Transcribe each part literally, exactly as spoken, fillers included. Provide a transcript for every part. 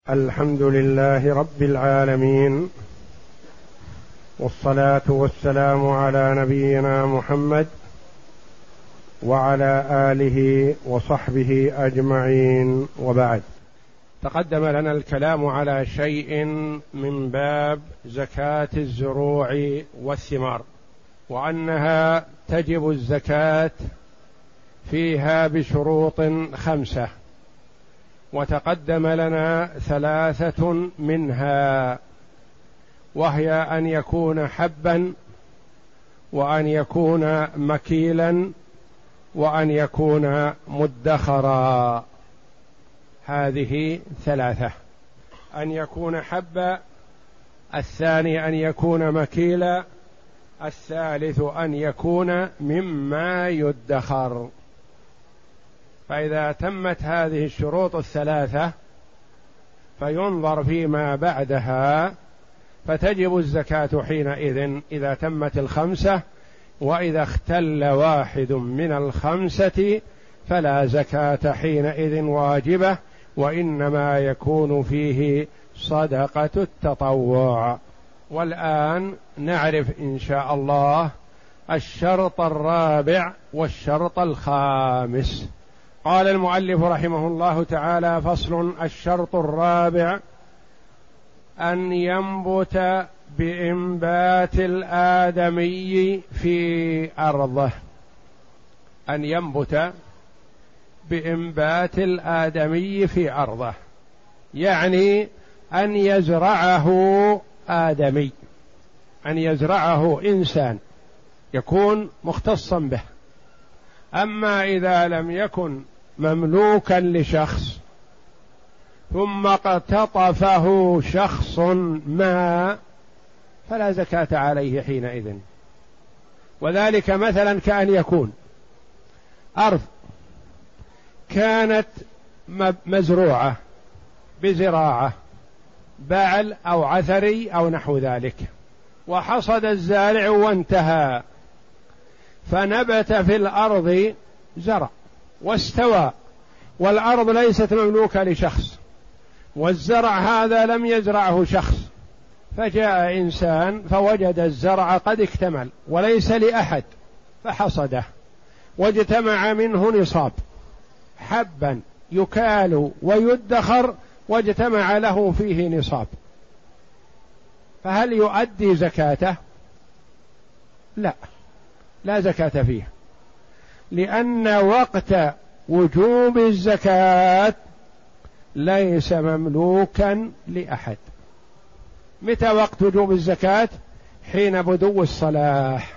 الحمد لله رب العالمين، والصلاة والسلام على نبينا محمد وعلى آله وصحبه أجمعين، وبعد. تقدم لنا الكلام على شيء من باب زكاة الزروع والثمار، وأنها تجب الزكاة فيها بشروط خمسة، وتقدم لنا ثلاثة منها، وهي أن يكون حبا، وأن يكون مكيلا، وأن يكون مدخرا. هذه ثلاثة: أن يكون حبا، الثاني أن يكون مكيلا، الثالث أن يكون مما يدخر. فإذا تمت هذه الشروط الثلاثة فينظر فيما بعدها، فتجب الزكاة حينئذ إذا تمت الخمسة، وإذا اختل واحد من الخمسة فلا زكاة حينئذ واجبة، وإنما يكون فيه صدقة التطوع. والآن نعرف إن شاء الله الشرط الرابع والشرط الخامس. قال المؤلف رحمه الله تعالى: فصل: الشرط الرابع أن ينبت بإنبات الآدمي في أرضه. أن ينبت بإنبات الآدمي في أرضه، يعني أن يزرعه آدمي، أن يزرعه إنسان يكون مختصا به. أما إذا لم يكن مملوكا لشخص ثم اقتطفه شخص ما فلا زكاة عليه حينئذ. وذلك مثلا كأن يكون أرض كانت مزروعة بزراعة بعل أو عثري أو نحو ذلك، وحصد الزارع وانتهى، فنبت في الأرض زرع واستوى، والأرض ليست مملوكة لشخص، والزرع هذا لم يزرعه شخص، فجاء إنسان فوجد الزرع قد اكتمل وليس لأحد، فحصده واجتمع منه نصاب حبا يكال ويدخر، واجتمع له فيه نصاب، فهل يؤدي زكاته؟ لا، لا زكاة فيه، لأن وقت وجوب الزكاة ليس مملوكا لأحد. متى وقت وجوب الزكاة؟ حين بدو الصلاح.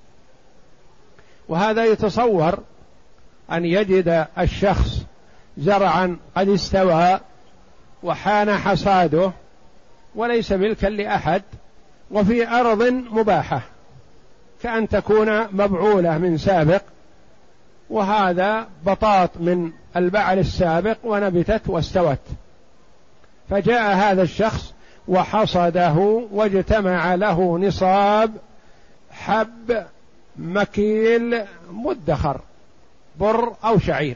وهذا يتصور أن يجد الشخص زرعا قد استوى وحان حصاده وليس ملكا لأحد، وفي أرض مباحة كأن تكون مبعولة من سابق، وهذا بطاط من البعل السابق ونبتت واستوت، فجاء هذا الشخص وحصده واجتمع له نصاب حب مكيل مدخر بر أو شعير،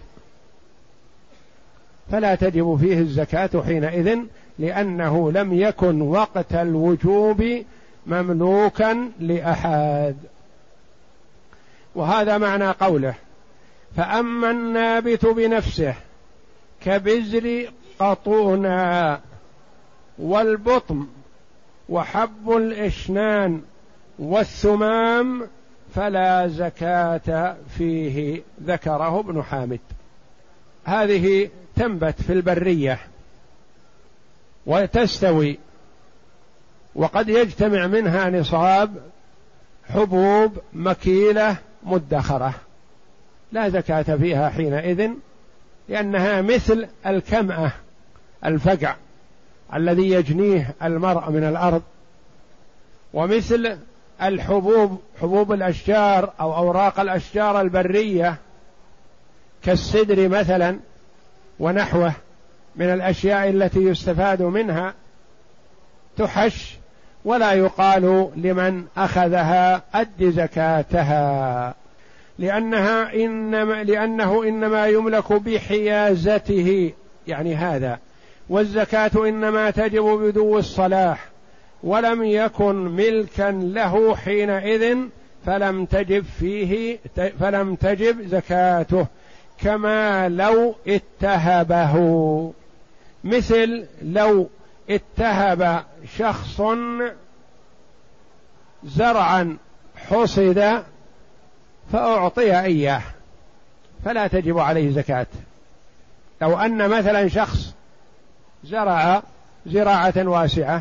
فلا تجب فيه الزكاة حينئذ، لأنه لم يكن وقت الوجوب مملوكا لأحد. وهذا معنى قوله: فأما النابت بنفسه كبزر قطونا والبطم وحب الإشنان والثمام فلا زكاة فيه، ذكره ابن حامد. هذه تنبت في البرية وتستوي، وقد يجتمع منها نصاب حبوب مكيلة مدخرة، لا زكاة فيها حينئذ، لأنها مثل الكمأة الفقع الذي يجنيه المرء من الأرض، ومثل الحبوب حبوب الأشجار أو أوراق الأشجار البرية كالسدر مثلا ونحوه من الأشياء التي يستفاد منها، تحش ولا يقال لمن أخذها أد زكاتها، لأنها إنما لأنه إنما يملك بحيازته، يعني هذا والزكاة إنما تجب بدو الصلاح ولم يكن ملكا له حينئذ فلم تجب فيه فلم تجب زكاته، كما لو اتهبه، مثل لو اتهب شخص زرعا حصد فأعطي إياه فلا تجب عليه زكاة. لو أن مثلا شخص زرع زراعة واسعة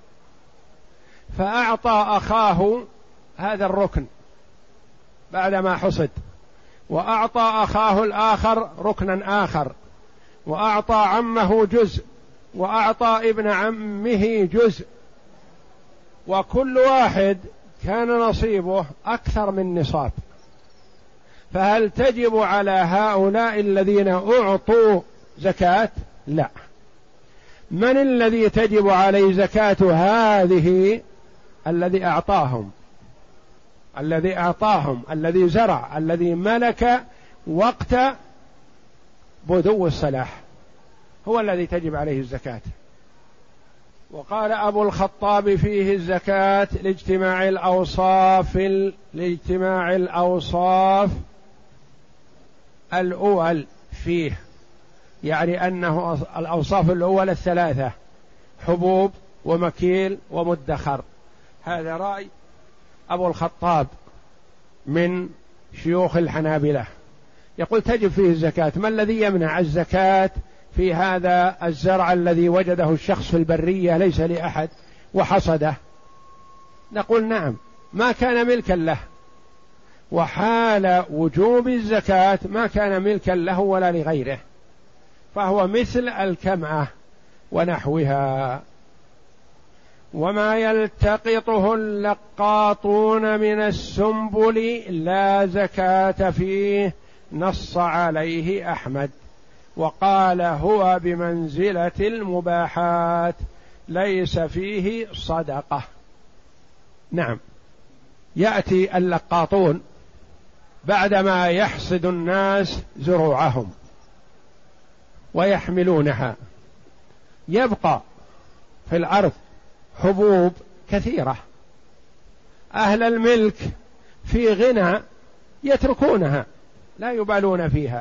فأعطى أخاه هذا الركن بعدما حصد، وأعطى أخاه الآخر ركنا آخر، وأعطى عمه جزء، وأعطى ابن عمه جزء، وكل واحد كان نصيبه أكثر من نصاب، فهل تجب على هؤلاء الذين أعطوا زكاة؟ لا. من الذي تجب عليه زكاة هذه؟ الذي أعطاهم، الذي أعطاهم، الذي زرع، الذي ملك وقت بدو الصلاح، هو الذي تجب عليه الزكاة. وقال أبو الخطاب فيه الزكاة لاجتماع الأوصاف لاجتماع الأوصاف الأول فيه، يعني أنه الأوصاف الأول الثلاثة: حبوب ومكيل ومدخر. هذا رأي أبو الخطاب من شيوخ الحنابلة، يقول تجب فيه الزكاة. ما الذي يمنع الزكاة في هذا الزرع الذي وجده الشخص في البرية ليس لأحد وحصده؟ نقول نعم، ما كان ملكا له، وحال وجوب الزكاة ما كان ملكا له ولا لغيره، فهو مثل الكمعة ونحوها. وما يلتقطه اللقاطون من السنبل لا زكاة فيه، نص عليه أحمد، وقال هو بمنزلة المباحات ليس فيه صدقة. نعم، يأتي اللقاطون بعدما يحصد الناس زروعهم ويحملونها، يبقى في الأرض حبوب كثيرة، أهل الملك في غنى يتركونها لا يبالون فيها،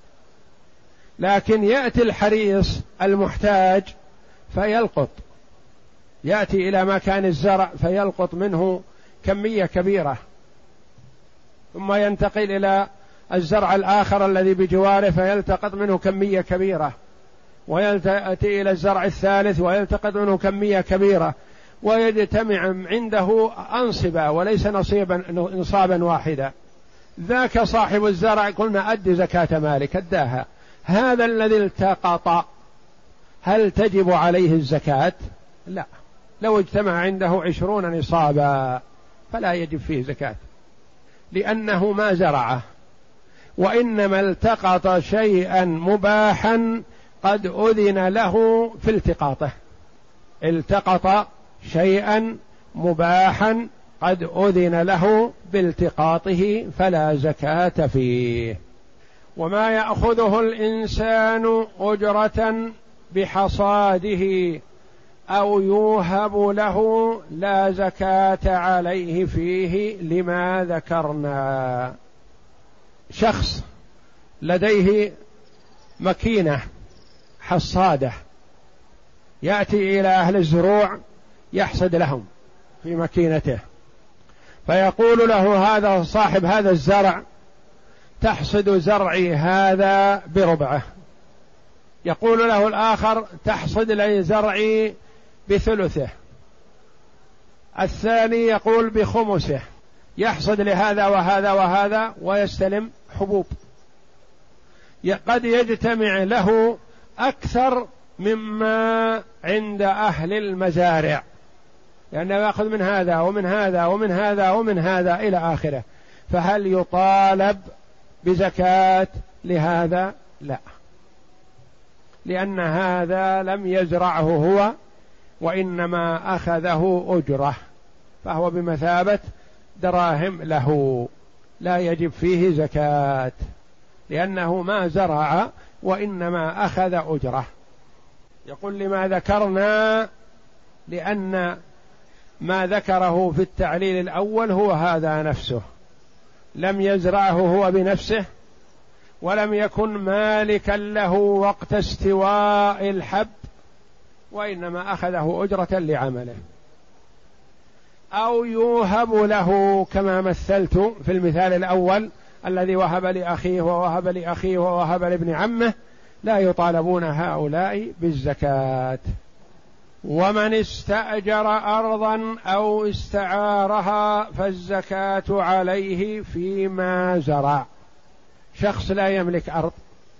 لكن يأتي الحريص المحتاج فيلقط، يأتي إلى مكان الزرع فيلقط منه كمية كبيرة، ثم ينتقل إلى الزرع الآخر الذي بجواره فيلتقط منه كمية كبيرة، ويأتي إلى الزرع الثالث ويلتقط منه كمية كبيرة، ويجتمع عنده أنصبة وليس نصيبا نصابا واحدا. ذاك صاحب الزرع قلنا أد زكاة مالك أداها، هذا الذي التقط هل تجب عليه الزكاة؟ لا، لو اجتمع عنده عشرون نصابا فلا يجب فيه زكاة، لأنه ما زرعه، وإنما التقط شيئا مباحا قد أذن له في التقاطه، التقط شيئا مباحا قد أذن له بالتقاطه فلا زكاة فيه. وما يأخذه الإنسان أجرة بحصاده أو يوهب له لا زكاة عليه فيه لما ذكرنا. شخص لديه مكينة حصادة، يأتي إلى أهل الزروع يحصد لهم في مكينته، فيقول له هذا صاحب هذا الزرع تحصد زرعي هذا بربعه، يقول له الآخر تحصد لي زرعي بثلثه، الثاني يقول بخمسه، يحصد لهذا وهذا وهذا ويستلم حبوب، قد يجتمع له أكثر مما عند أهل المزارع، لأنه يأخذ من هذا ومن هذا ومن هذا ومن هذا إلى آخره، فهل يطالب بزكاة لهذا؟ لا، لأن هذا لم يزرعه هو وإنما أخذه أجرة، فهو بمثابة دراهم له، لا يجب فيه زكاة لأنه ما زرع وإنما أخذ أجرة. يقول لما ذكرنا، لأن ما ذكره في التعليل الأول هو هذا نفسه، لم يزرعه هو بنفسه، ولم يكن مالكا له وقت استواء الحب، وإنما أخذه أجرة لعمله، أو يوهب له كما مثلت في المثال الأول الذي وهب لأخيه ووهب لأخيه ووهب لابن عمه، لا يطالبون هؤلاء بالزكاة. ومن استأجر أرضا أو استعارها فالزكاة عليه فيما زرع. شخص لا يملك أرض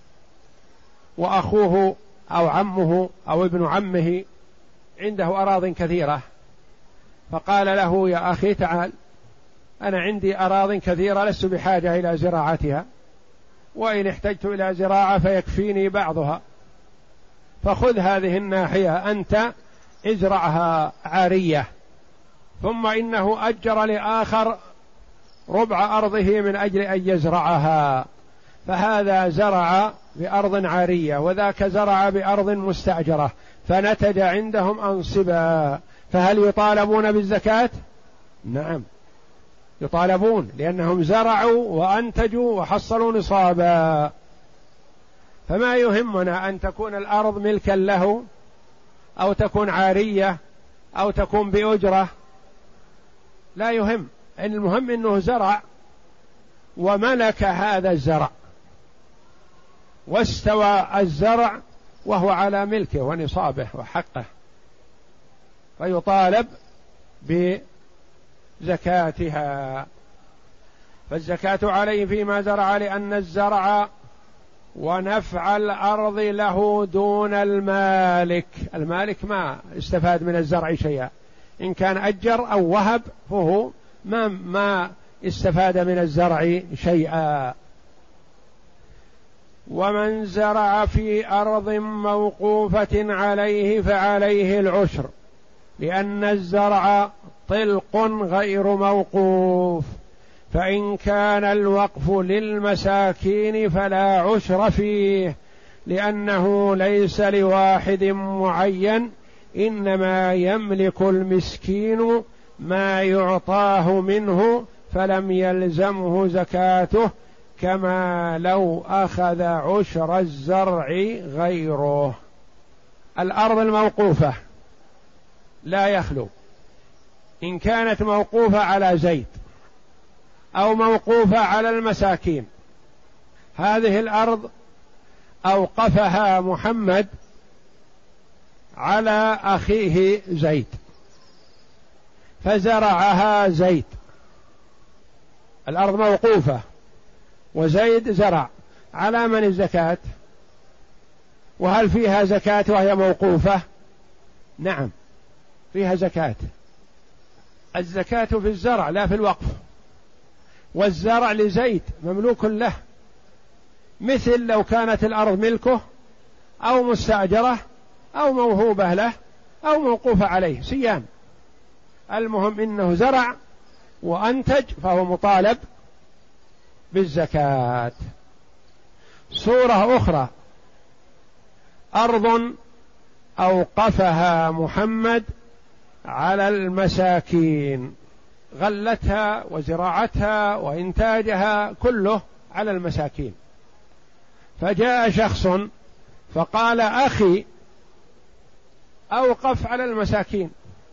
وأخوه أو عمه أو ابن عمه عنده أراض كثيرة، فقال له يا أخي تعال، أنا عندي أراض كثيرة لست بحاجة إلى زراعتها، وإن احتجت إلى زراعة فيكفيني بعضها، فخذ هذه الناحية أنت ازرعها عارية، ثم إنه أجر لآخر ربع أرضه من أجل أن يزرعها، فهذا زرع بأرض عارية وذاك زرع بأرض مستأجرة، فنتج عندهم أنصبا، فهل يطالبون بالزكاة؟ نعم يطالبون، لأنهم زرعوا وأنتجوا وحصلوا نصابا. فما يهمنا أن تكون الأرض ملكا له أو تكون عارية أو تكون بأجرة، لا يهم، المهم أنه زرع وملك هذا الزرع واستوى الزرع وهو على ملكه ونصابه وحقه، فيطالب بزكاتها. فالزكاة عليه فيما زرع، لأن الزرع ونفع الأرض له دون المالك. المالك ما استفاد من الزرع شيئا، إن كان أجر أو وهب فهو ما ما استفاد من الزرع شيئا. ومن زرع في أرض موقوفة عليه فعليه العشر، لأن الزرع طلق غير موقوف، فإن كان الوقف للمساكين فلا عشر فيه، لأنه ليس لواحد معين، إنما يملك المسكين ما يعطاه منه، فلم يلزمه زكاته، كما لو أخذ عشر الزرع غيره. الأرض الموقوفة لا يخلو، إن كانت موقوفة على زيد أو موقوفة على المساكين، هذه الأرض أوقفها محمد على أخيه زيد فزرعها زيد، الأرض موقوفة وزيد زرع، على من الزكاة؟ وهل فيها زكاة وهي موقوفة؟ نعم فيها زكاة. الزكاة في الزرع لا في الوقف، والزرع لزيد مملوك له، مثل لو كانت الأرض ملكه أو مستأجرة أو موهوبة له أو موقوفة عليه سيان، المهم إنه زرع وأنتج فهو مطالب بالزكاة. صورة أخرى، أرض أوقفها محمد على المساكين، غلتها وزراعتها وإنتاجها كله على المساكين، فجاء شخص فقال أخي أوقف على المساكين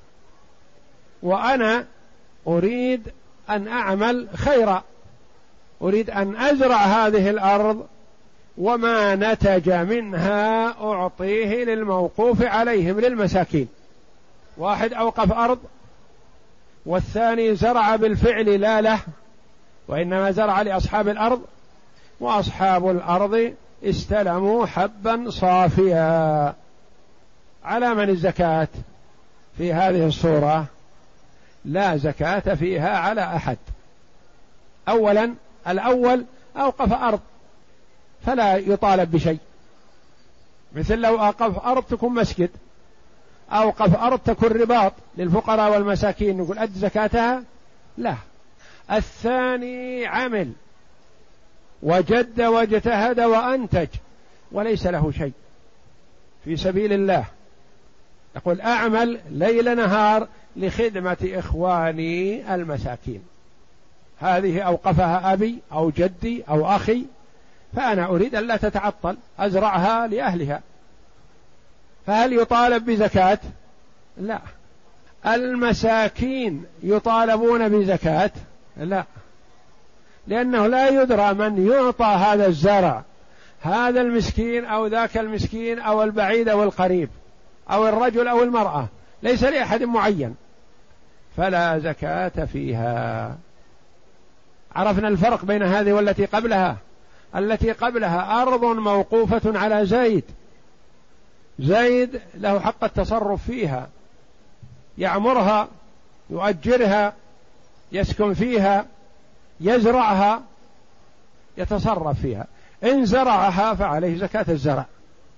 وأنا أريد أن أعمل خيرا، أريد أن أزرع هذه الأرض وما نتج منها أعطيه للموقوف عليهم للمساكين. واحد أوقف أرض والثاني زرع بالفعل لا له، وإنما زرع لأصحاب الأرض، وأصحاب الأرض استلموا حبا صافيا. على من الزكاة في هذه الصورة؟ لا زكاة فيها على أحد. أولا الأول أوقف أرض فلا يطالب بشيء، مثل لو أوقف أرض تكون مسجد، أوقف أرض تكون رباط للفقراء والمساكين، نقول أد زكاتها؟ لا. الثاني عمل وجد واجتهد وأنتج وليس له شيء، في سبيل الله، يقول أعمل ليل نهار لخدمة إخواني المساكين، هذه أوقفها أبي أو جدي أو أخي، فأنا أريد أن لا تتعطل، أزرعها لأهلها. فهل يطالب بزكاة؟ لا. المساكين يطالبون بزكاة؟ لا، لأنه لا يدرى من يعطى هذا الزرع، هذا المسكين أو ذاك المسكين أو البعيد أو القريب أو الرجل أو المرأة، ليس لأحد معين، فلا زكاة فيها. عرفنا الفرق بين هذه والتي قبلها. التي قبلها أرض موقوفة على زيد، زيد له حق التصرف فيها، يعمرها، يؤجرها، يسكن فيها، يزرعها، يتصرف فيها، إن زرعها فعليه زكاة الزرع.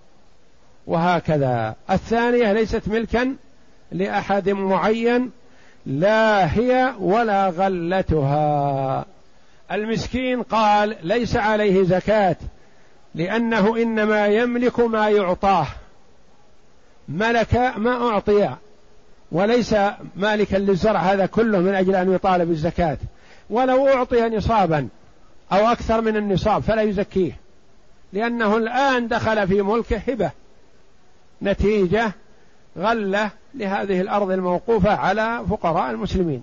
وهكذا الثانية ليست ملكا لأحد معين، لا هي ولا غلتها. المسكين قال ليس عليه زكاة، لأنه إنما يملك ما يعطاه، ملك ما أعطي، وليس مالكا للزرع هذا كله من أجل أن يطالب الزكاة. ولو أعطي نصابا أو أكثر من النصاب فلا يزكيه، لأنه الآن دخل في ملكه هبة نتيجة غلة لهذه الأرض الموقوفة على فقراء المسلمين،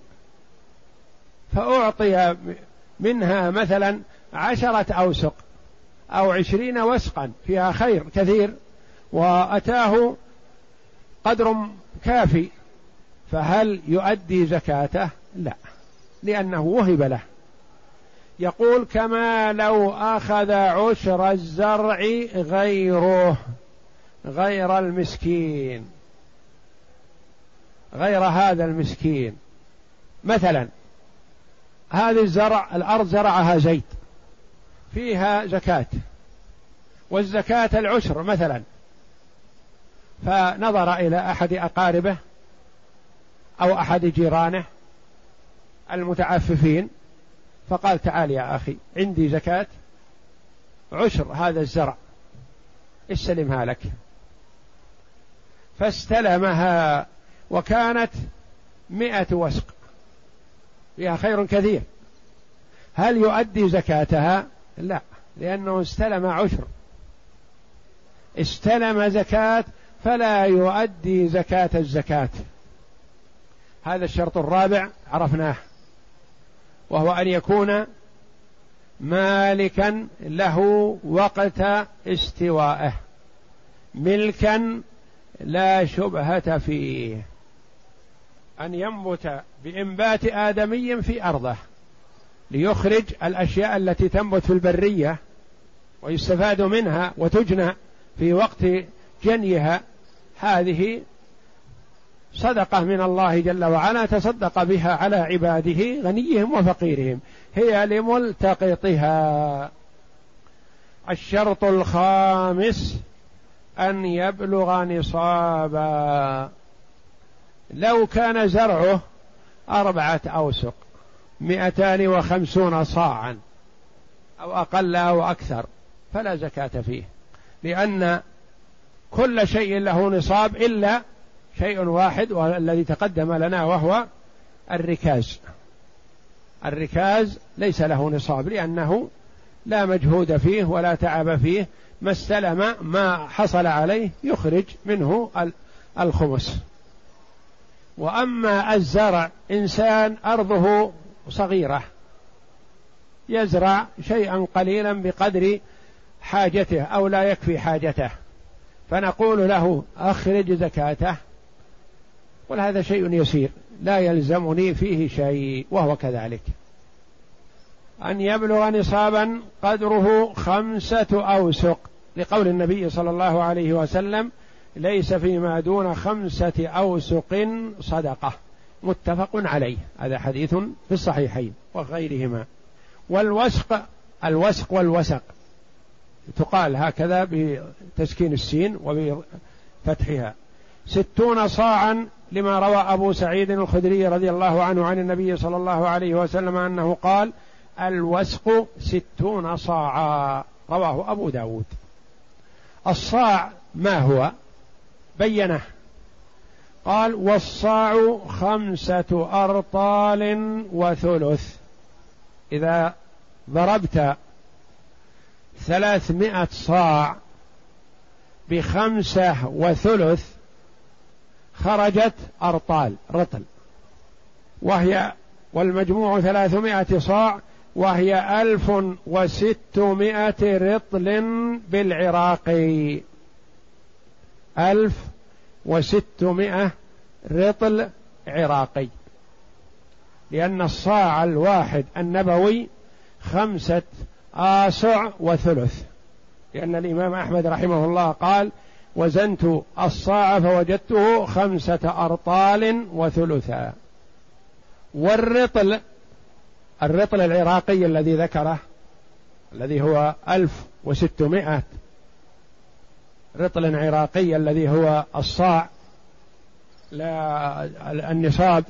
فأعطي منها مثلا عشرة أوسق أو عشرين وسقا فيها خير كثير، وأتاه قدر كافي، فهل يؤدي زكاته؟ لا، لأنه وهب له. يقول كما لو أخذ عشر الزرع غيره، غير المسكين، غير هذا المسكين. مثلا هذه الزرع الأرض زرعها زيد فيها زكاة، والزكاة العشر مثلا، فنظر إلى أحد أقاربه أو أحد جيرانه المتعففين فقال تعال يا أخي عندي زكاة عشر هذا الزرع، استلمها لك. فاستلمها وكانت مئة وسق فيها خير كثير، هل يؤدي زكاتها؟ لا، لأنه استلم عشر، استلم زكاة فلا يؤدي زكاة الزكاة. هذا الشرط الرابع عرفناه، وهو أن يكون مالكا له وقت استوائه، ملكا لا شبهة فيه، أن ينبت بإنبات آدمي في أرضه ليخرج الأشياء التي تنبت في البرية ويستفاد منها وتجنى في وقت جنيها، هذه صدقة من الله جل وعلا تصدق بها على عباده غنيهم وفقيرهم، هي لملتقطها. الشرط الخامس أن يبلغ نصابا. لو كان زرعه أربعة أوسق مئتان وخمسون صاعا أو أقل أو أكثر فلا زكاة فيه، لأن كل شيء له نصاب إلا شيء واحد والذي تقدم لنا وهو الركاز. الركاز ليس له نصاب لأنه لا مجهود فيه ولا تعب فيه، ما استلم ما حصل عليه يخرج منه الخمس. وأما الزرع، إنسان أرضه صغيرة يزرع شيئا قليلا بقدر حاجته أو لا يكفي حاجته، فنقول له أخرج زكاته، قل هذا شيء يسير لا يلزمني فيه شيء، وهو كذلك. أن يبلغ نصابا قدره خمسة أوسق، لقول النبي صلى الله عليه وسلم ليس فيما دون خمسة أوسق صدقة، متفق عليه، هذا حديث في الصحيحين وغيرهما. والوسق، الوسق والوسق تقال هكذا بتسكين السين وبفتحها، ستون صاعا، لما روى أبو سعيد الخدري رضي الله عنه عن النبي صلى الله عليه وسلم أنه قال الوسق ستون صاعا، رواه أبو داود. الصاع ما هو؟ بينه، قال والصاع خمسة أرطال وثلث. إذا ضربت ثلاثمائة صاع بخمسة وثلث خرجت أرطال رطل، وهي والمجموع ثلاثمائة صاع، وهي ألف وستمائة رطل بالعراقي، ألف وستمائة رطل عراقي، لأن الصاع الواحد النبوي خمسة آصع وثلث، لأن الإمام أحمد رحمه الله قال وزنت الصاع فوجدته خمسة أرطال وثلثا. والرطل، الرطل العراقي الذي ذكره الذي هو ألف وستمائة رطل عراقي الذي هو الصاع لا النصاب،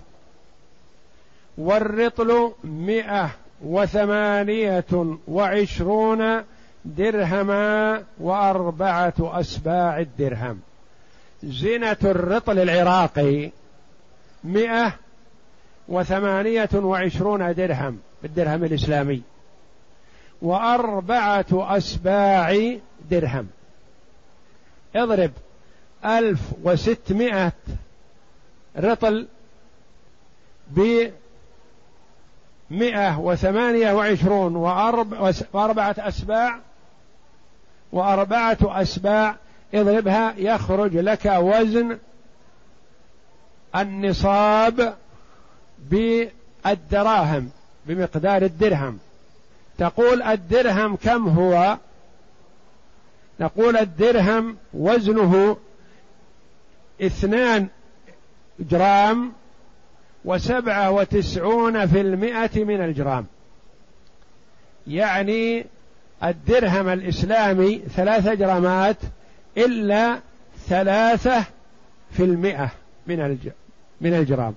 والرطل مئة وثمانية وعشرون درهما وأربعة أسباع الدرهم. زنة الرطل العراقي مئة وثمانية وعشرون درهم بالدرهم الإسلامي، وأربعة أسباع درهم. اضرب ألف وستمائة رطل بمئة وثمانية وعشرون وأربعة أسباع وأربعة أسباع، اضربها يخرج لك وزن النصاب بالدراهم بمقدار الدرهم. تقول الدرهم كم هو؟ نقول الدرهم وزنه اثنان جرام وسبعة وتسعون في المئة من الجرام، يعني الدرهم الإسلامي ثلاثة جرامات إلا ثلاثة في المئة من الج... من الجرام،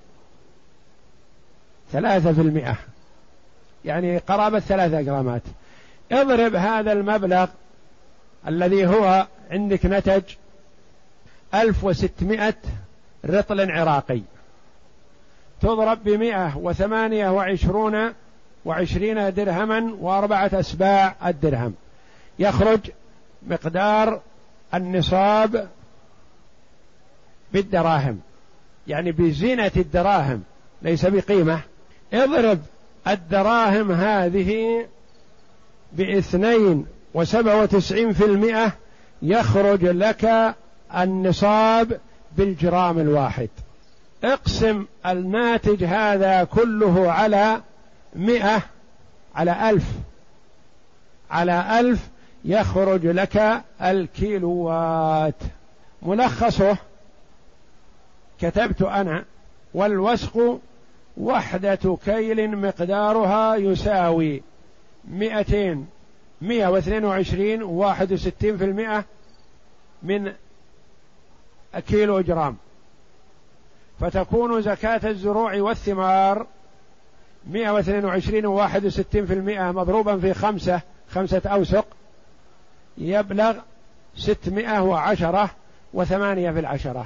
ثلاثة في المئة يعني قرابة ثلاثة جرامات. اضرب هذا المبلغ الذي هو عندك نتج ألف وستمائة رطل عراقي، تضرب بمئة وثمانية وعشرون وعشرين درهما وأربعة أسباع الدرهم، يخرج مقدار النصاب بالدراهم، يعني بزينة الدراهم ليس بقيمة. اضرب الدراهم هذه باثنين وسبعة وتسعين في المئة، يخرج لك النصاب بالجرام الواحد. اقسم الناتج هذا كله على مئة على ألف على ألف، يخرج لك الكيلوات. ملخصه كتبت أنا: والوسق وحدة كيل مقدارها يساوي مئتين مئة واثنين وعشرين واحد وستين في المئة من كيلو جرام، فتكون زكاة الزروع والثمار مئة واثنين وعشرين وواحد وستين في المئة مضروبا في خمسة خمسة أوسق، يبلغ ستمائة وعشرة وثمانية في العشرة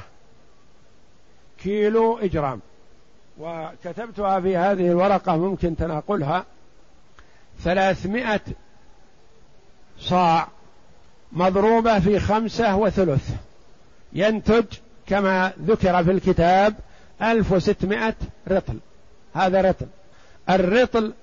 كيلو إجرام. وكتبتها في هذه الورقة ممكن تناقلها: ثلاثمائة صاع مضروبة في خمسة وثلث ينتج كما ذكر في الكتاب ألف وستمائة رطل. هذا رطل. الرطل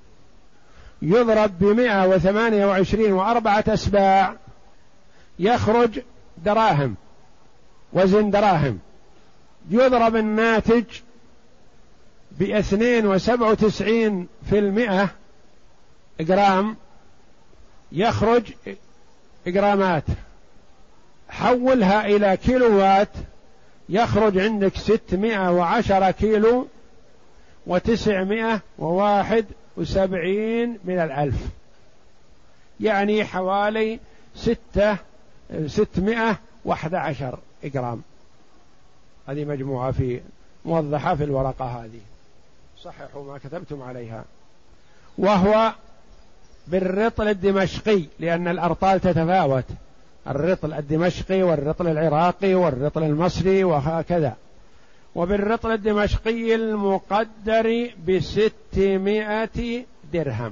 يضرب بمئة وثمانية وعشرين وأربعة أسباع، يخرج دراهم، وزن دراهم. يضرب الناتج باثنين وسبعة وتسعين في المئة جرام، يخرج جرامات. حولها إلى كيلوات، يخرج عندك ستمائة وعشرة كيلو وتسعمائة وواحد وسبعين من الألف، يعني حوالي ستة ستمائة وأحد عشر جرام. هذه مجموعة في موضحة في الورقة هذه، صححوا ما كتبتم عليها. وهو بالرطل الدمشقي، لأن الأرطال تتفاوت، الرطل الدمشقي والرطل العراقي والرطل المصري وهكذا. وبالرطل الدمشقي المقدر بستمائة درهم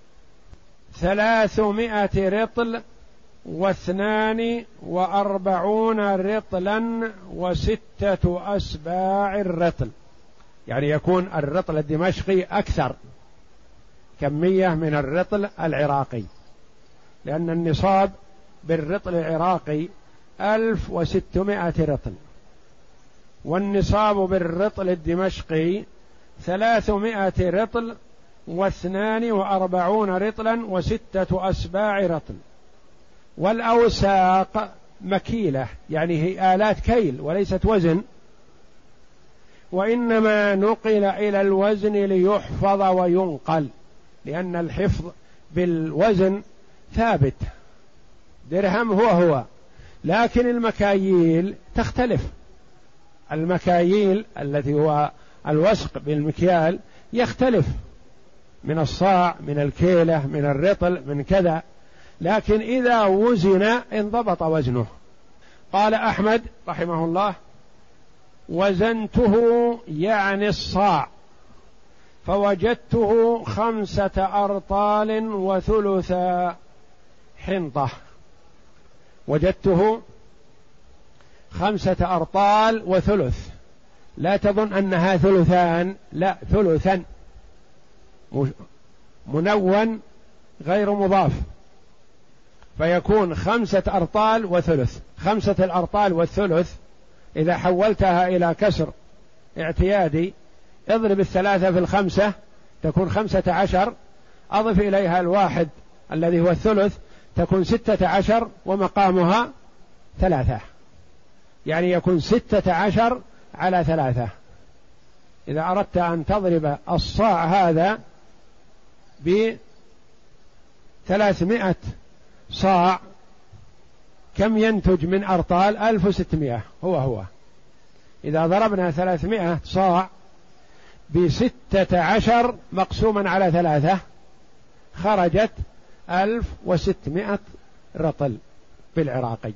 ثلاثمائة رطل واثنان وأربعون رطلا وستة أسباع الرطل، يعني يكون الرطل الدمشقي أكثر كمية من الرطل العراقي، لأن النصاب بالرطل العراقي ألف وستمائة رطل، والنصاب بالرطل الدمشقي ثلاثمائة رطل واثنان وأربعون رطلا وستة أسباع رطل. والأوساق مكيلة، يعني هي آلات كيل وليست وزن، وإنما نقل إلى الوزن ليحفظ وينقل، لأن الحفظ بالوزن ثابت، درهم هو هو، لكن المكاييل تختلف. المكاييل التي هو الوسق بالمكيال يختلف من الصاع، من الكيلة، من الرطل، من كذا، لكن إذا وزن انضبط وزنه. قال أحمد رحمه الله: وزنته يعني الصاع فوجدته خمسة أرطال وثلث حنطة. وجدته خمسة أرطال وثلث، لا تظن أنها ثلثان، لا، ثلثا منون غير مضاف، فيكون خمسة أرطال وثلث. خمسة الأرطال والثلث إذا حولتها إلى كسر اعتيادي اضرب الثلاثة في الخمسة تكون خمسة عشر، أضف إليها الواحد الذي هو الثلث تكون ستة عشر ومقامها ثلاثة، يعني يكون ستة عشر على ثلاثة. إذا أردت أن تضرب الصاع هذا بثلاثمائة صاع كم ينتج من أرطال؟ ألف وستمائة، هو هو. إذا ضربنا ثلاثمائة صاع بستة عشر مقسوما على ثلاثة خرجت ألف وستمائة رطل بالعراقي.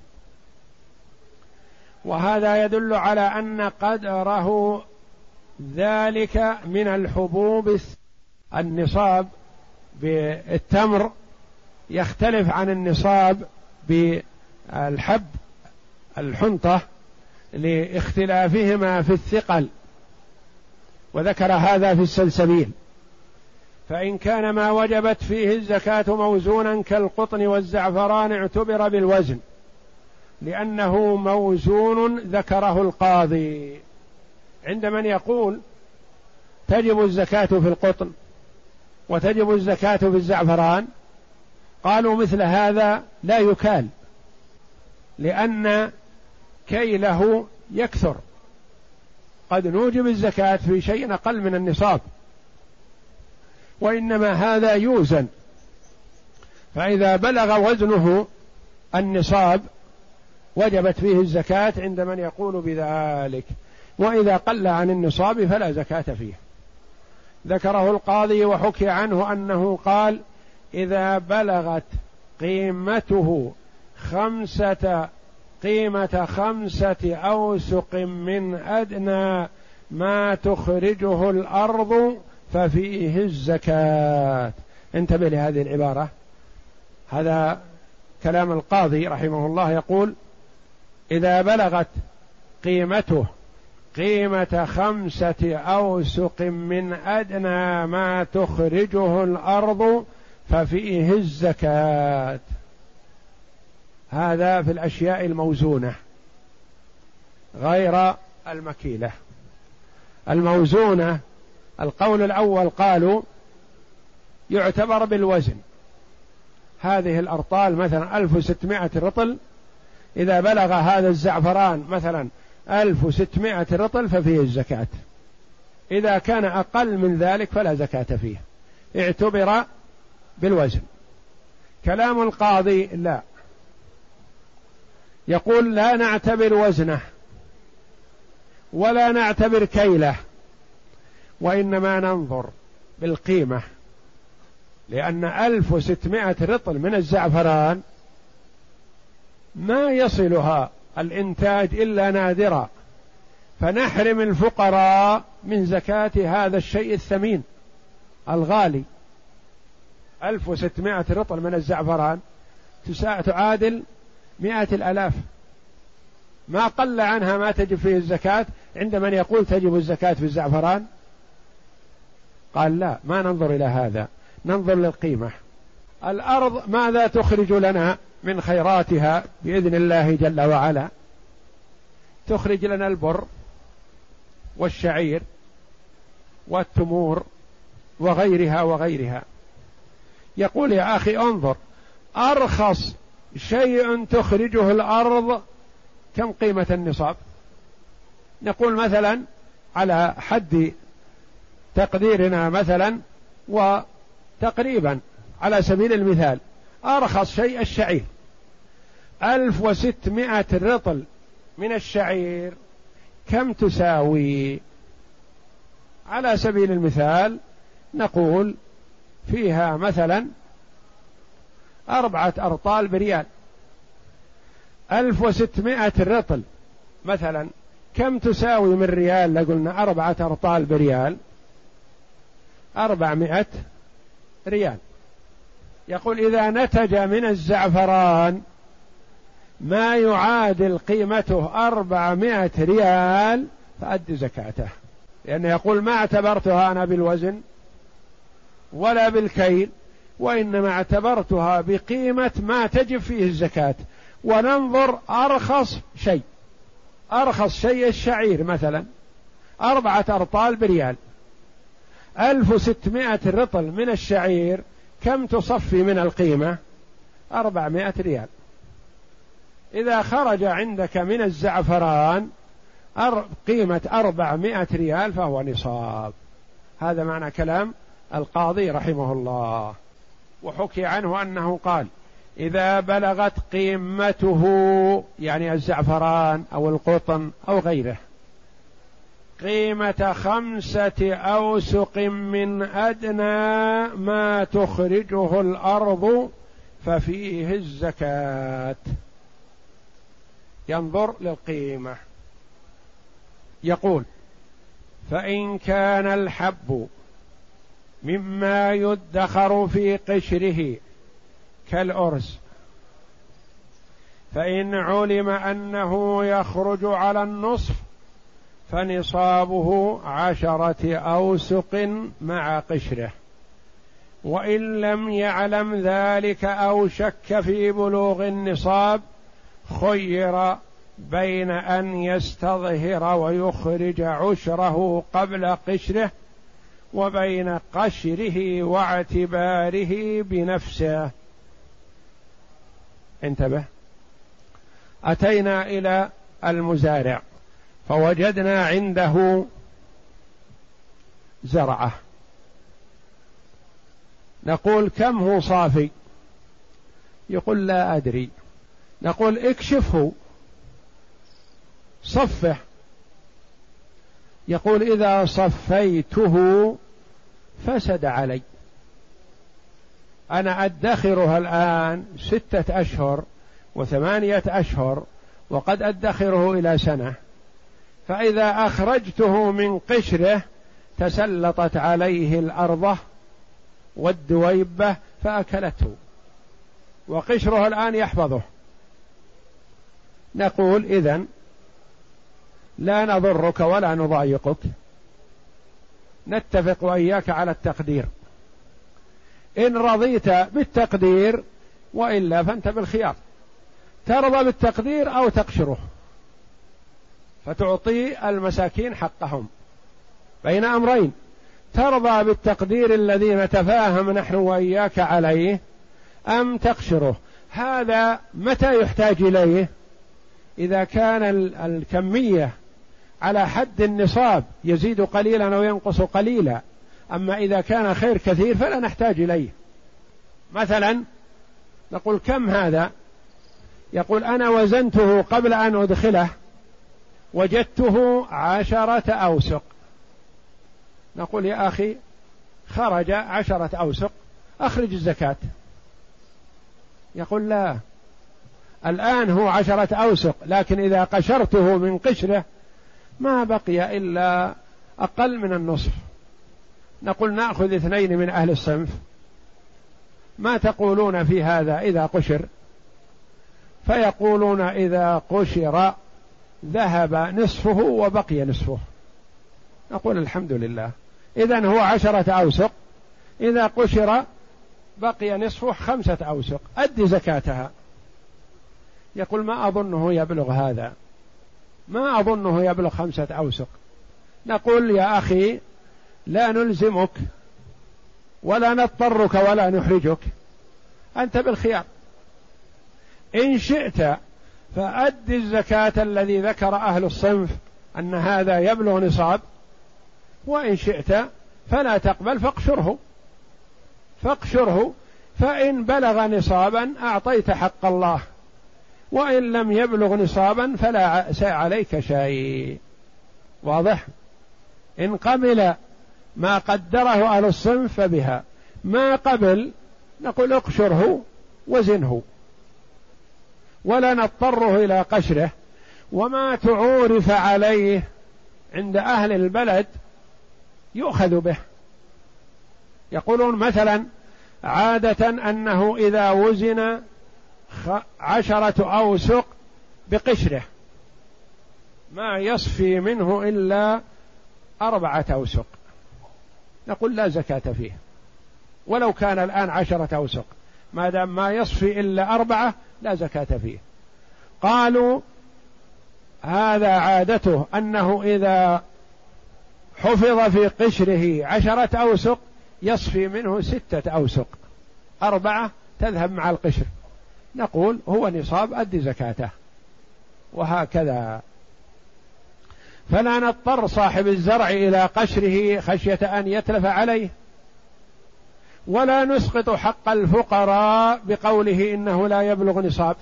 وهذا يدل على أن قدره ذلك من الحبوب. النصاب بالتمر يختلف عن النصاب بالحب الحنطة لاختلافهما في الثقل، وذكر هذا في السلسبيل. فإن كان ما وجبت فيه الزكاة موزونا كالقطن والزعفران اعتبر بالوزن لأنه موزون، ذكره القاضي. عند من يقول تجب الزكاة في القطن وتجب الزكاة في الزعفران قالوا مثل هذا لا يكال، لأن كيله يكثر، قد نوجب الزكاة في شيء أقل من النصاب، وإنما هذا يوزن، فإذا بلغ وزنه النصاب وجبت فيه الزكاة عند من يقول بذلك، وإذا قل عن النصاب فلا زكاة فيه. ذكره القاضي وحكي عنه أنه قال: إذا بلغت قيمته خمسة قيمة خمسة أوسق من أدنى ما تخرجه الأرض ففيه الزكاة. انتبه لهذه العبارة، هذا كلام القاضي رحمه الله، يقول: إذا بلغت قيمته قيمة خمسة أوسق من أدنى ما تخرجه الأرض ففيه الزكاة. هذا في الأشياء الموزونة غير المكيلة. الموزونة القول الأول قالوا يعتبر بالوزن، هذه الأرطال مثلا ألف وستمائة رطل، إذا بلغ هذا الزعفران مثلا ألف وستمائة رطل ففيه الزكاة، إذا كان أقل من ذلك فلا زكاة فيه، اعتبر بالوزن. كلام القاضي لا، يقول لا نعتبر وزنه ولا نعتبر كيله، وإنما ننظر بالقيمة، لأن ألف وستمائة رطل من الزعفران ما يصلها الإنتاج إلا نادرا، فنحرم الفقراء من زكاة هذا الشيء الثمين الغالي. ألف وستمائة رطل من الزعفران تعادل مائة الألاف، ما قل عنها ما تجب فيه الزكاة. عند من يقول تجب الزكاة في الزعفران قال لا، ما ننظر إلى هذا، ننظر للقيمة. الأرض ماذا تخرج لنا من خيراتها بإذن الله جل وعلا؟ تخرج لنا البر والشعير والتمور وغيرها وغيرها. يقول يا أخي انظر، أرخص شيء تخرجه الأرض كم قيمة النصاب؟ نقول مثلا على حد تقديرنا مثلا وتقريبا على سبيل المثال أرخص شيء الشعير، ألف وستمائة رطل من الشعير كم تساوي؟ على سبيل المثال نقول فيها مثلا أربعة أرطال بريال. ألف وستمائة رطل مثلا كم تساوي من ريال؟ لقلنا أربعة أرطال بريال، أربعمائة ريال. يقول إذا نتج من الزعفران ما يعادل قيمته أربعمائة ريال فأد زكاته، لأنه يقول ما اعتبرتها أنا بالوزن ولا بالكيل، وإنما اعتبرتها بقيمة ما تجب فيه الزكاة. وننظر أرخص شيء، أرخص شيء الشعير مثلا أربعة أرطال بريال، ألف وستمائة رطل من الشعير كم تصفي من القيمة؟ أربعمائة ريال. إذا خرج عندك من الزعفران قيمة أربعمائة ريال فهو نصاب. هذا معنى كلام القاضي رحمه الله. وحكي عنه أنه قال إذا بلغت قيمته، يعني الزعفران أو القطن أو غيره، قيمة خمسة أوسق من أدنى ما تخرجه الأرض ففيه الزكاة. ينظر للقيمة. يقول فإن كان الحب مما يدخر في قشره كالأرز، فإن علم أنه يخرج على النصف فنصابه عشرة أوسق مع قشره، وإن لم يعلم ذلك أو شك في بلوغ النصاب خير بين أن يستظهر ويخرج عشره قبل قشره وبين قشره واعتباره بنفسه. انتبه، أتينا إلى المزارع فوجدنا عنده زرعة، نقول كم هو صافي؟ يقول لا أدري. نقول اكشفه صفه. يقول إذا صفيته فسد علي، أنا أدخرها الآن ستة أشهر وثمانية أشهر وقد أدخره إلى سنة، فإذا أخرجته من قشره تسلطت عليه الأرض والدويبة فأكلته، وقشره الآن يحفظه. نقول إذن لا نضرك ولا نضايقك، نتفق وإياك على التقدير، إن رضيت بالتقدير وإلا فأنت بالخيار، ترضى بالتقدير أو تقشره فتعطي المساكين حقهم بين أمرين، ترضى بالتقدير الذي نتفاهم نحن وإياك عليه أم تقشره. هذا متى يحتاج إليه؟ إذا كان الكمية على حد النصاب يزيد قليلا أو ينقص قليلا، أما إذا كان خير كثير فلا نحتاج إليه. مثلا نقول كم هذا؟ يقول أنا وزنته قبل أن أدخله وجدته عشرة أوسق. نقول يا أخي خرج عشرة أوسق أخرج الزكاة. يقول لا، الآن هو عشرة أوسق، لكن إذا قشرته من قشره ما بقي إلا أقل من النصف، نقول نأخذ اثنين من أهل الصنف. ما تقولون في هذا إذا قشر؟ فيقولون إذا قشر ذهب نصفه وبقي نصفه. نقول الحمد لله، إذن هو عشرة أوسق، إذا قشر بقي نصفه خمسة أوسق، أدي زكاتها. يقول ما أظنه يبلغ هذا، ما أظنه يبلغ خمسة أوسق. نقول يا أخي لا نلزمك ولا نضطرك ولا نحرجك، أنت بالخيار، إن شئت فأد الزكاة الذي ذكر أهل الصنف أن هذا يبلغ نصاب، وإن شئت فلا تقبل فاقشره فاقشره فإن بلغ نصابا أعطيت حق الله، وإن لم يبلغ نصابا فلا عليك شيء. واضح؟ إن قبل ما قدره أهل الصنف فبها، ما قبل نقول اقشره وزنه ولا نضطره إلى قشره. وما تعورف عليه عند أهل البلد يؤخذ به. يقولون مثلا عادة أنه إذا وزن عشرة أوسق بقشره ما يصفي منه إلا أربعة أوسق، نقول لا زكاة فيه ولو كان الآن عشرة أوسق، ما دام ما يصفي إلا أربعة لا زكاة فيه. قالوا هذا عادته أنه إذا حفظ في قشره عشرة أوسق يصفي منه ستة أوسق، أربعة تذهب مع القشر، نقول هو نصاب أدي زكاته، وهكذا. فلا نضطر صاحب الزرع إلى قشره خشية أن يتلف عليه، ولا نسقط حق الفقراء بقوله إنه لا يبلغ نصاب.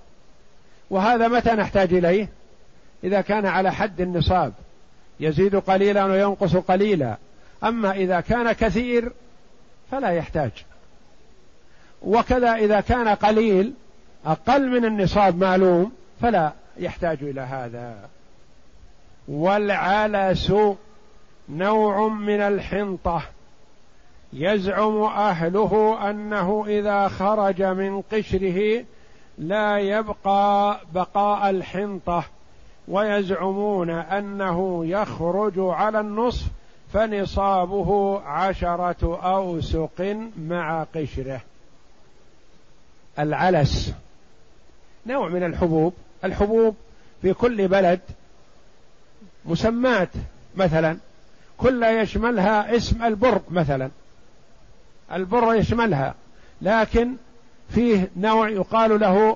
وهذا متى نحتاج إليه؟ إذا كان على حد النصاب يزيد قليلا وينقص قليلا، أما إذا كان كثير فلا يحتاج. وكذا إذا كان قليل أقل من النصاب معلوم فلا يحتاج إلى هذا. والعلس نوع من الحنطة يزعم أهله أنه إذا خرج من قشره لا يبقى بقاء الحنطة، ويزعمون أنه يخرج على النصف فنصابه عشرة أوسق مع قشره. العلس نوع من الحبوب، الحبوب في كل بلد مسمات، مثلا كل يشملها اسم البر، مثلا البر يشملها، لكن فيه نوع يقال له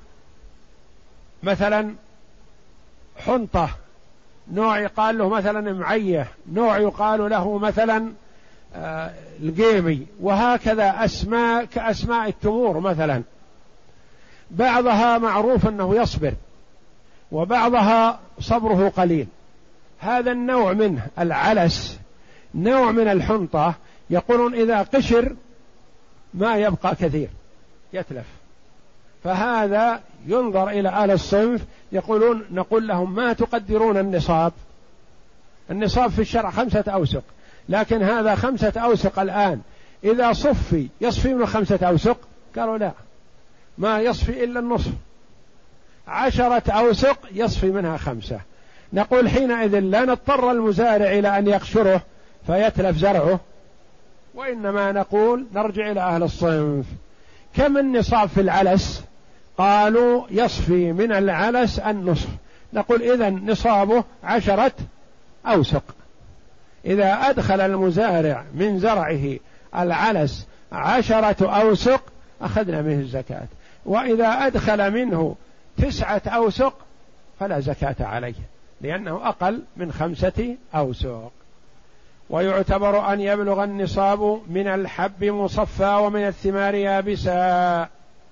مثلا حنطة، نوع يقال له مثلا معيه، نوع يقال له مثلا آه القيمي، وهكذا أسماء كأسماء التمور مثلا. بعضها معروف أنه يصبر وبعضها صبره قليل. هذا النوع منه العلس نوع من الحنطة، يقولون إذا قشر ما يبقى كثير يتلف، فهذا ينظر إلى آل الصنف يقولون نقول لهم ما تقدرون النصاب؟ النصاب في الشرع خمسة أوسق، لكن هذا خمسة أوسق الآن إذا صفي يصفي من خمسة أوسق؟ قالوا لا، ما يصفي إلا النصف، عشرة أوسق يصفي منها خمسة. نقول حينئذ لا نضطر المزارع إلى أن يقشره فيتلف زرعه، وإنما نقول نرجع إلى أهل الصنف. كم النصاب في العلس؟ قالوا يصفي من العلس النصف، نقول إذن نصابه عشرة أوسق. إذا أدخل المزارع من زرعه العلس عشرة أوسق أخذنا منه الزكاة، وإذا أدخل منه تسعة أوسق فلا زكاة عليه لأنه أقل من خمسة أوسق. ويعتبر أن يبلغ النصاب من الحب مصفى ومن الثمار يابسا.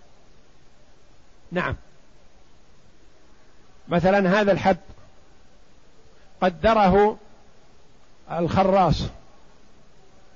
نعم، مثلا هذا الحب قدره الخراص،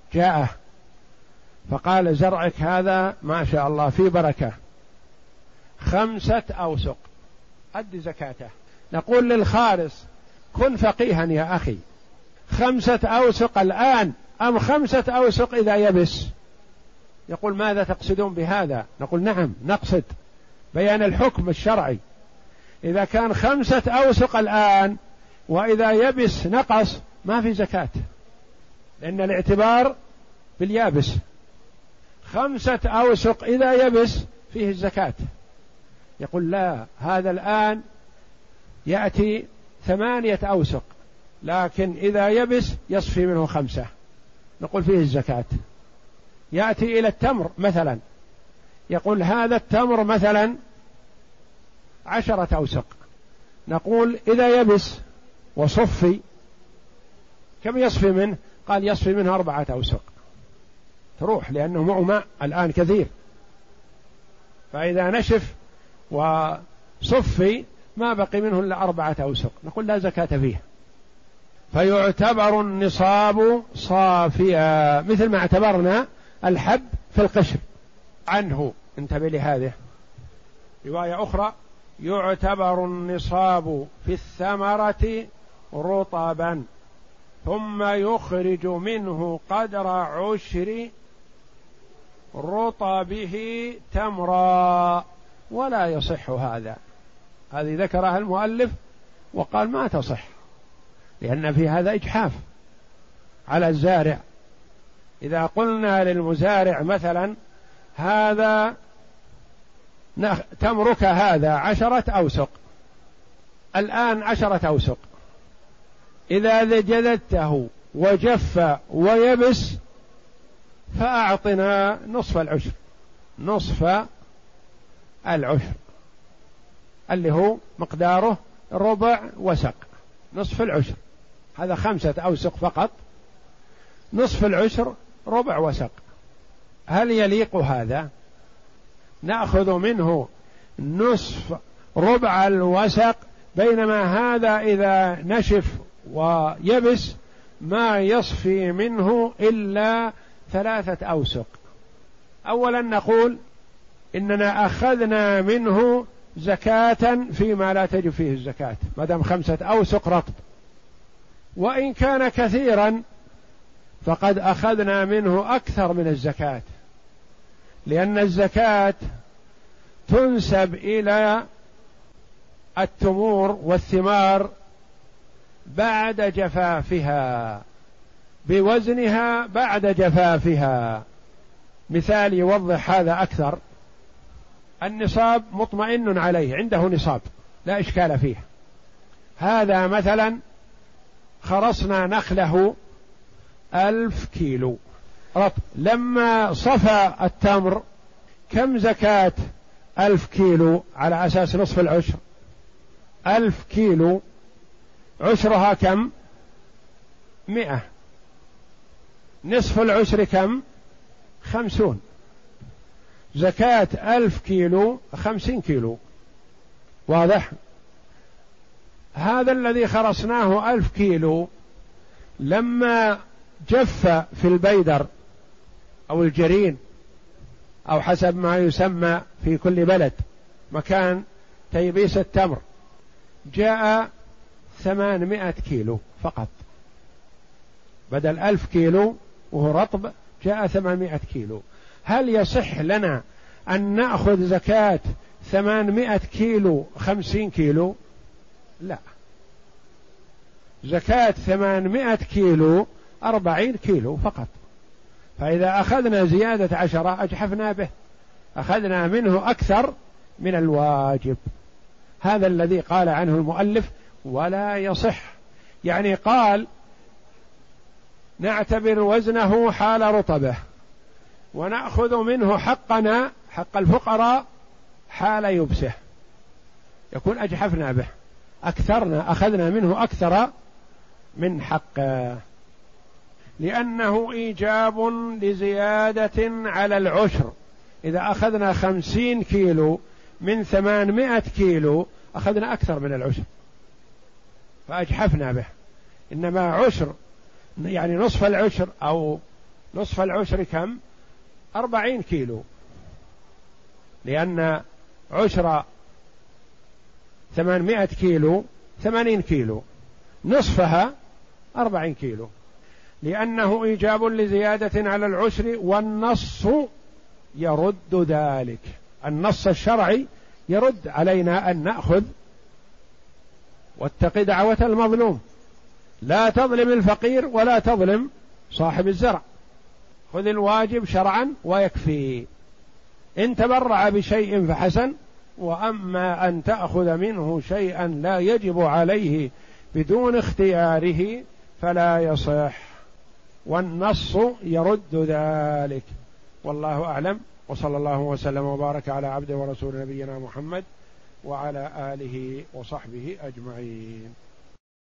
جاءه فقال زرعك هذا ما شاء الله في بركة، خمسة أوسق أد زكاته. نقول للخارص كن فقيها يا أخي، خمسة أوسق الآن أم خمسة أوسق إذا يبس؟ يقول ماذا تقصدون بهذا؟ نقول نعم نقصد بيان الحكم الشرعي. إذا كان خمسة أوسق الآن وإذا يبس نقص ما في زكاة، لأن الاعتبار باليابس. خمسة أوسق إذا يبس فيه الزكاة. يقول لا، هذا الآن يأتي ثمانية أوسق لكن إذا يبس يصفي منه خمسة، نقول فيه الزكاة. يأتي إلى التمر مثلا، يقول هذا التمر مثلا عشرة أوسق، نقول إذا يبس وصفي كم يصفي منه؟ قال يصفي منه أربعة أوسق، تروح لأنه معه ماء الآن كثير، فإذا نشف وصفي ما بقي منه إلا أربعة أوسق، نقول لا زكاة فيه. فيعتبر النصاب صافيا مثل ما اعتبرنا الحب في القشر عنه. انتبه لهذه رواية أخرى: يعتبر النصاب في الثمرة رطبا ثم يخرج منه قدر عشر رطبه تمرا ولا يصح هذا. هذه ذكرها المؤلف وقال ما تصح، لأن في هذا إجحاف على الزارع. إذا قلنا للمزارع مثلا هذا تمرك هذا عشرة أوسق الآن، عشرة أوسق، إذا جددته وجف ويبس فأعطنا نصف العشر، نصف العشر اللي هو مقداره ربع وسق، نصف العشر. هذا خمسة أوسق فقط، نصف العشر ربع وسق. هل يليق هذا؟ نأخذ منه نصف ربع الوسق، بينما هذا إذا نشف ويبس ما يصفي منه إلا ثلاثة أوسق. أولا نقول إننا أخذنا منه زكاة فيما لا تجب فيه الزكاة ما دام خمسة أوسق رطب، وإن كان كثيرا فقد أخذنا منه أكثر من الزكاة، لأن الزكاة تنسب إلى التمور والثمار بعد جفافها، بوزنها بعد جفافها. مثال يوضح هذا أكثر: النصاب مطمئن عليه، عنده نصاب لا إشكال فيه. هذا مثلا خرصنا نخله ألف كيلو رطب، لما صفى التمر كم زكاة ألف كيلو على أساس نصف العشر؟ ألف كيلو عشرها كم؟ مئة، نصف العشر كم؟ خمسون. زكاة ألف كيلو خمسين كيلو. واضح؟ هذا الذي خرصناه ألف كيلو لما جف في البيدر أو الجرين أو حسب ما يسمى في كل بلد مكان تيبيس التمر، جاء ثمانمائة كيلو فقط، بدل ألف كيلو وهو رطب جاء ثمانمائة كيلو. هل يصح لنا أن نأخذ زكاة ثمانمائة كيلو خمسين كيلو؟ لا، زكاة ثمانمائة كيلو أربعين كيلو فقط. فإذا أخذنا زيادة عشرة أجحفنا به، أخذنا منه أكثر من الواجب. هذا الذي قال عنه المؤلف ولا يصح. يعني قال نعتبر وزنه حال رطبه ونأخذ منه حقنا حق الفقراء حال يبسه، يكون أجحفنا به، أكثرنا، أخذنا منه أكثر من حقه، لأنه إيجاب لزيادة على العشر. إذا أخذنا خمسين كيلو من ثمانمائة كيلو أخذنا أكثر من العشر فأجحفنا به. إنما عشر يعني نصف العشر أو نصف العشر كم؟ أربعين كيلو، لأن عشر ثمانمائة كيلو ثمانين كيلو، نصفها أربعين كيلو، لأنه إيجاب لزيادة على العشر، والنص يرد ذلك. النص الشرعي يرد علينا أن نأخذ، واتق دعوة المظلوم، لا تظلم الفقير ولا تظلم صاحب الزرع، خذ الواجب شرعا ويكفي. إن تبرع بشيء فحسن، وأما أن تأخذ منه شيئا لا يجب عليه بدون اختياره فلا يصح، والنص يرد ذلك. والله أعلم، وصلى الله وسلم وبارك على عبده ورسول نبينا محمد وعلى آله وصحبه أجمعين.